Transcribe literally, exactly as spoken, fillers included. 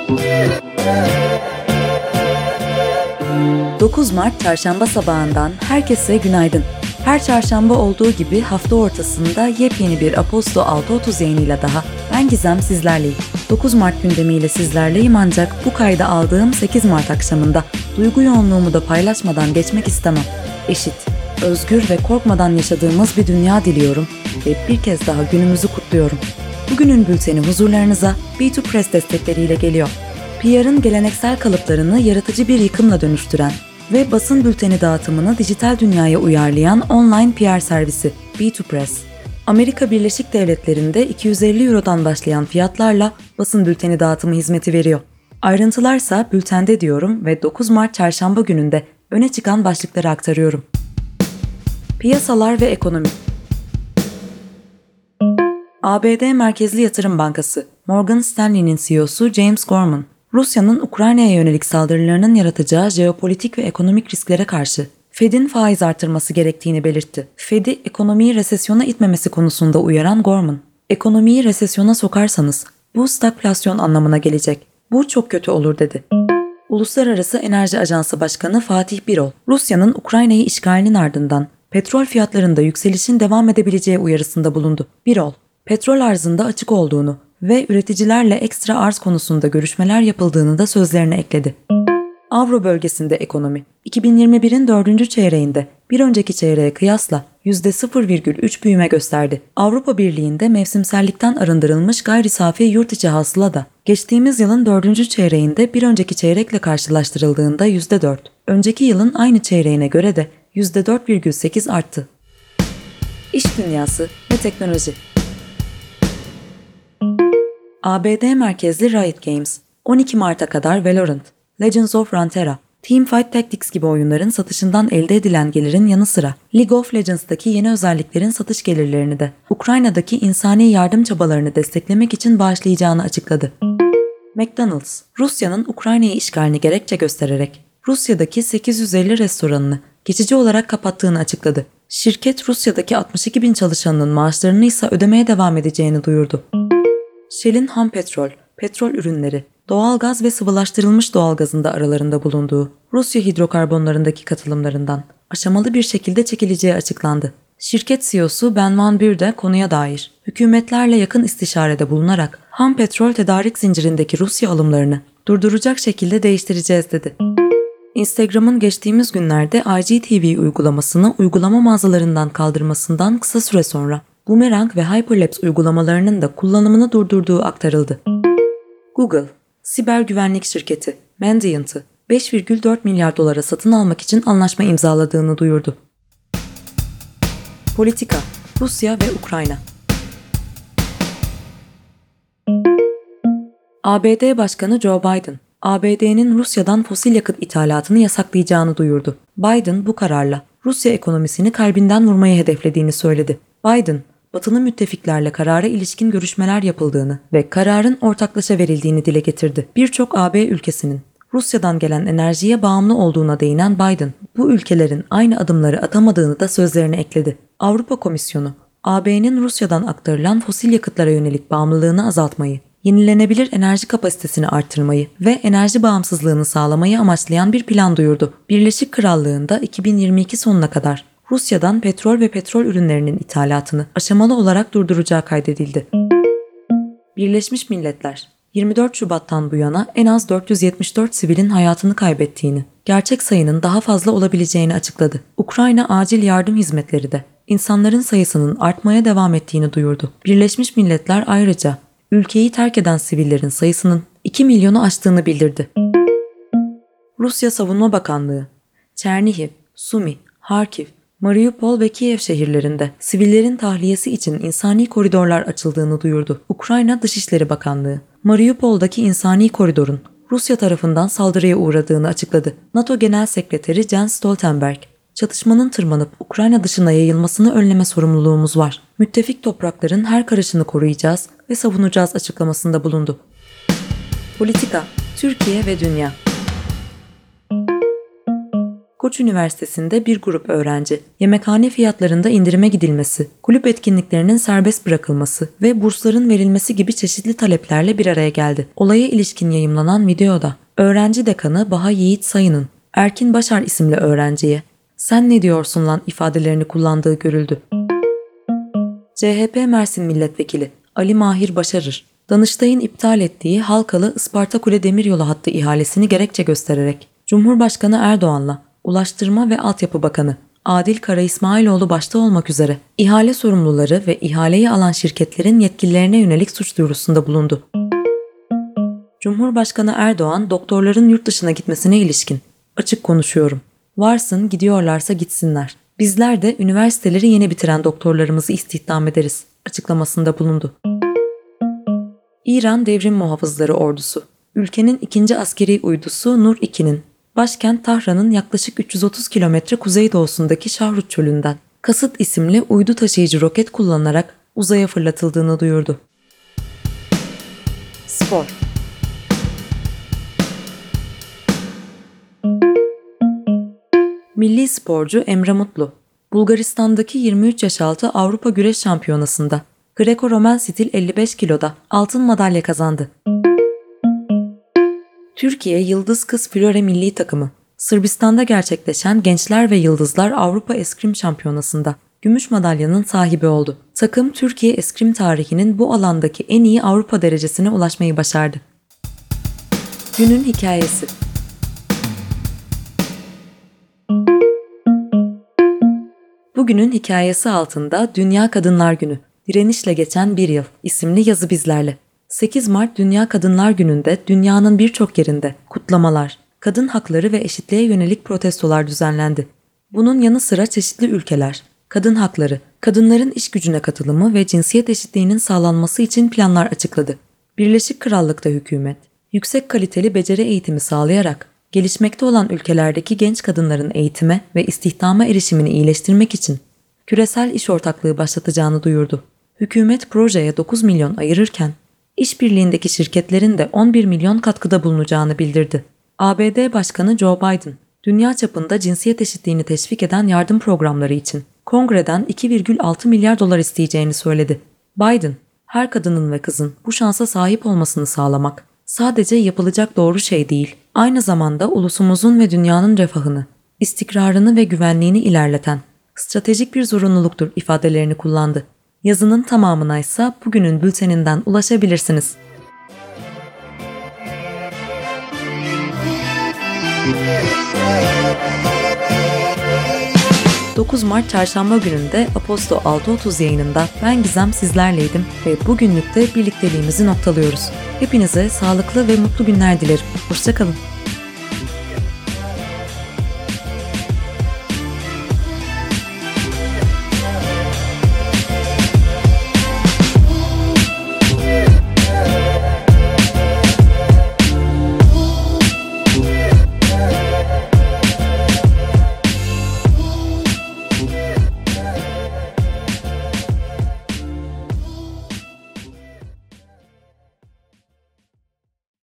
dokuz Mart Çarşamba sabahından herkese günaydın. Her çarşamba olduğu gibi hafta ortasında yepyeni bir Aposto altı otuz yayınıyla daha ben Gizem sizlerleyim. dokuz Mart gündemiyle sizlerleyim ancak bu kaydı aldığım sekiz Mart akşamında duygu yoğunluğumu da paylaşmadan geçmek istemem. Eşit, özgür ve korkmadan yaşadığımız bir dünya diliyorum ve bir kez daha günümüzü kutluyorum. Bugünün bülteni huzurlarınıza B iki Press destekleriyle geliyor. P R'ın geleneksel kalıplarını yaratıcı bir yıkımla dönüştüren ve basın bülteni dağıtımını dijital dünyaya uyarlayan online P R servisi B iki Press. Amerika Birleşik Devletleri'nde iki yüz elli Euro'dan başlayan fiyatlarla basın bülteni dağıtımı hizmeti veriyor. Ayrıntılarsa bültende diyorum ve dokuz Mart Çarşamba gününde öne çıkan başlıkları aktarıyorum. Piyasalar ve ekonomi. A B D Merkezli Yatırım Bankası, Morgan Stanley'nin C E O'su James Gorman, Rusya'nın Ukrayna'ya yönelik saldırılarının yaratacağı jeopolitik ve ekonomik risklere karşı Fed'in faiz artırması gerektiğini belirtti. Fed'i ekonomiyi resesyona itmemesi konusunda uyaran Gorman, ekonomiyi resesyona sokarsanız bu stagflasyon anlamına gelecek. Bu çok kötü olur dedi. Uluslararası Enerji Ajansı Başkanı Fatih Birol, Rusya'nın Ukrayna'yı işgalinin ardından petrol fiyatlarında yükselişin devam edebileceği uyarısında bulundu. Birol, petrol arzında açık olduğunu ve üreticilerle ekstra arz konusunda görüşmeler yapıldığını da sözlerine ekledi. Avro bölgesinde ekonomi, iki bin yirmi birin dördüncü çeyreğinde bir önceki çeyreğe kıyasla yüzde sıfır virgül üç büyüme gösterdi. Avrupa Birliği'nde mevsimsellikten arındırılmış gayri safi yurt içi hasıla da geçtiğimiz yılın dördüncü çeyreğinde bir önceki çeyrekle karşılaştırıldığında yüzde dört, önceki yılın aynı çeyreğine göre de yüzde dört virgül sekiz arttı. İş dünyası ve teknoloji. A B D merkezli Riot Games, on iki Mart'a kadar Valorant, Legends of Runeterra, Teamfight Tactics gibi oyunların satışından elde edilen gelirin yanı sıra League of Legends'daki yeni özelliklerin satış gelirlerini de Ukrayna'daki insani yardım çabalarını desteklemek için bağışlayacağını açıkladı. McDonald's, Rusya'nın Ukrayna'yı işgalini gerekçe göstererek Rusya'daki sekiz yüz elli restoranını geçici olarak kapattığını açıkladı. Şirket Rusya'daki altmış iki bin çalışanının maaşlarını ise ödemeye devam edeceğini duyurdu. Shell'in ham petrol, petrol ürünleri, doğalgaz ve sıvılaştırılmış doğalgazın da aralarında bulunduğu Rusya hidrokarbonlarındaki katılımlarından aşamalı bir şekilde çekileceği açıklandı. Şirket C E O'su Ben Van Buur de konuya dair hükümetlerle yakın istişarede bulunarak ham petrol tedarik zincirindeki Rusya alımlarını durduracak şekilde değiştireceğiz dedi. Instagram'ın geçtiğimiz günlerde I G T V uygulamasını uygulama mağazalarından kaldırmasından kısa süre sonra Boomerang ve Hyperlapse uygulamalarının da kullanımını durdurduğu aktarıldı. Google, siber güvenlik şirketi Mandiant'ı beş virgül dört milyar dolara satın almak için anlaşma imzaladığını duyurdu. Politika, Rusya ve Ukrayna. A B D Başkanı Joe Biden, A B D'nin Rusya'dan fosil yakıt ithalatını yasaklayacağını duyurdu. Biden bu kararla Rusya ekonomisini kalbinden vurmayı hedeflediğini söyledi. Biden, Batılı müttefiklerle karara ilişkin görüşmeler yapıldığını ve kararın ortaklaşa verildiğini dile getirdi. Birçok A B ülkesinin Rusya'dan gelen enerjiye bağımlı olduğuna değinen Biden, bu ülkelerin aynı adımları atamadığını da sözlerine ekledi. Avrupa Komisyonu, A B'nin Rusya'dan aktarılan fosil yakıtlara yönelik bağımlılığını azaltmayı, yenilenebilir enerji kapasitesini artırmayı ve enerji bağımsızlığını sağlamayı amaçlayan bir plan duyurdu. Birleşik Krallığı'nda iki bin yirmi iki sonuna kadar Rusya'dan petrol ve petrol ürünlerinin ithalatını aşamalı olarak durduracağı kaydedildi. Birleşmiş Milletler, yirmi dört Şubat'tan bu yana en az dört yüz yetmiş dört sivilin hayatını kaybettiğini, gerçek sayının daha fazla olabileceğini açıkladı. Ukrayna Acil Yardım Hizmetleri de insanların sayısının artmaya devam ettiğini duyurdu. Birleşmiş Milletler ayrıca ülkeyi terk eden sivillerin sayısının iki milyonu aştığını bildirdi. Rusya Savunma Bakanlığı, Çernihiv, Sumi, Harkiv, Mariupol ve Kiev şehirlerinde sivillerin tahliyesi için insani koridorlar açıldığını duyurdu. Ukrayna Dışişleri Bakanlığı, Mariupol'daki insani koridorun Rusya tarafından saldırıya uğradığını açıkladı. NATO Genel Sekreteri Jens Stoltenberg, çatışmanın tırmanıp Ukrayna dışına yayılmasını önleme sorumluluğumuz var. Müttefik toprakların her karışını koruyacağız ve savunacağız açıklamasında bulundu. Politika, Türkiye ve dünya. Koç Üniversitesi'nde bir grup öğrenci, yemekhane fiyatlarında indirime gidilmesi, kulüp etkinliklerinin serbest bırakılması ve bursların verilmesi gibi çeşitli taleplerle bir araya geldi. Olaya ilişkin yayımlanan videoda, öğrenci dekanı Baha Yiğit Sayın'ın Erkin Başar isimli öğrenciye "Sen ne diyorsun lan?" ifadelerini kullandığı görüldü. C H P Mersin Milletvekili Ali Mahir Başarır, Danıştay'ın iptal ettiği Halkalı Ispartakule Demiryolu hattı ihalesini gerekçe göstererek Cumhurbaşkanı Erdoğan'la Ulaştırma ve Altyapı Bakanı Adil Karaismailoğlu başta olmak üzere ihale sorumluları ve ihaleyi alan şirketlerin yetkililerine yönelik suç duyurusunda bulundu. Cumhurbaşkanı Erdoğan, doktorların yurt dışına gitmesine ilişkin "Açık konuşuyorum. Varsın, gidiyorlarsa gitsinler. Bizler de üniversiteleri yeni bitiren doktorlarımızı istihdam ederiz" açıklamasında bulundu. İran Devrim Muhafızları Ordusu, ülkenin ikinci askeri uydusu Nur iki'nin başkent Tahran'ın yaklaşık üç yüz otuz kilometre kuzeydoğusundaki Şahrut Çölü'nden Kasıt isimli uydu taşıyıcı roket kullanarak uzaya fırlatıldığını duyurdu. Spor. Milli sporcu Emre Mutlu, Bulgaristan'daki yirmi üç yaş altı Avrupa Güreş Şampiyonası'nda Greko-Romen stil elli beş kiloda altın madalya kazandı. Türkiye Yıldız Kız Flöre Milli Takımı, Sırbistan'da gerçekleşen Gençler ve Yıldızlar Avrupa Eskrim Şampiyonası'nda gümüş madalyanın sahibi oldu. Takım, Türkiye eskrim tarihinin bu alandaki en iyi Avrupa derecesine ulaşmayı başardı. Günün hikayesi. Bugünün hikayesi altında Dünya Kadınlar Günü, direnişle geçen bir yıl isimli yazı bizlerle. sekiz Mart Dünya Kadınlar Günü'nde dünyanın birçok yerinde kutlamalar, kadın hakları ve eşitliğe yönelik protestolar düzenlendi. Bunun yanı sıra çeşitli ülkeler, kadın hakları, kadınların iş gücüne katılımı ve cinsiyet eşitliğinin sağlanması için planlar açıkladı. Birleşik Krallık'ta hükümet, yüksek kaliteli beceri eğitimi sağlayarak, gelişmekte olan ülkelerdeki genç kadınların eğitime ve istihdama erişimini iyileştirmek için küresel iş ortaklığı başlatacağını duyurdu. Hükümet projeye dokuz milyon ayırırken, işbirliğindeki şirketlerin de on bir milyon katkıda bulunacağını bildirdi. A B D Başkanı Joe Biden, dünya çapında cinsiyet eşitliğini teşvik eden yardım programları için Kongreden iki virgül altı milyar dolar isteyeceğini söyledi. Biden, her kadının ve kızın bu şansa sahip olmasını sağlamak sadece yapılacak doğru şey değil, aynı zamanda ulusumuzun ve dünyanın refahını, istikrarını ve güvenliğini ilerleten stratejik bir zorunluluktur ifadelerini kullandı. Yazının tamamına ise bugünün bülteninden ulaşabilirsiniz. dokuz Mart Çarşamba gününde Aposto altı otuz yayınında ben Gizem sizlerleydim ve bugünlük de birlikteliğimizi noktalıyoruz. Hepinize sağlıklı ve mutlu günler dilerim. Hoşça kalın.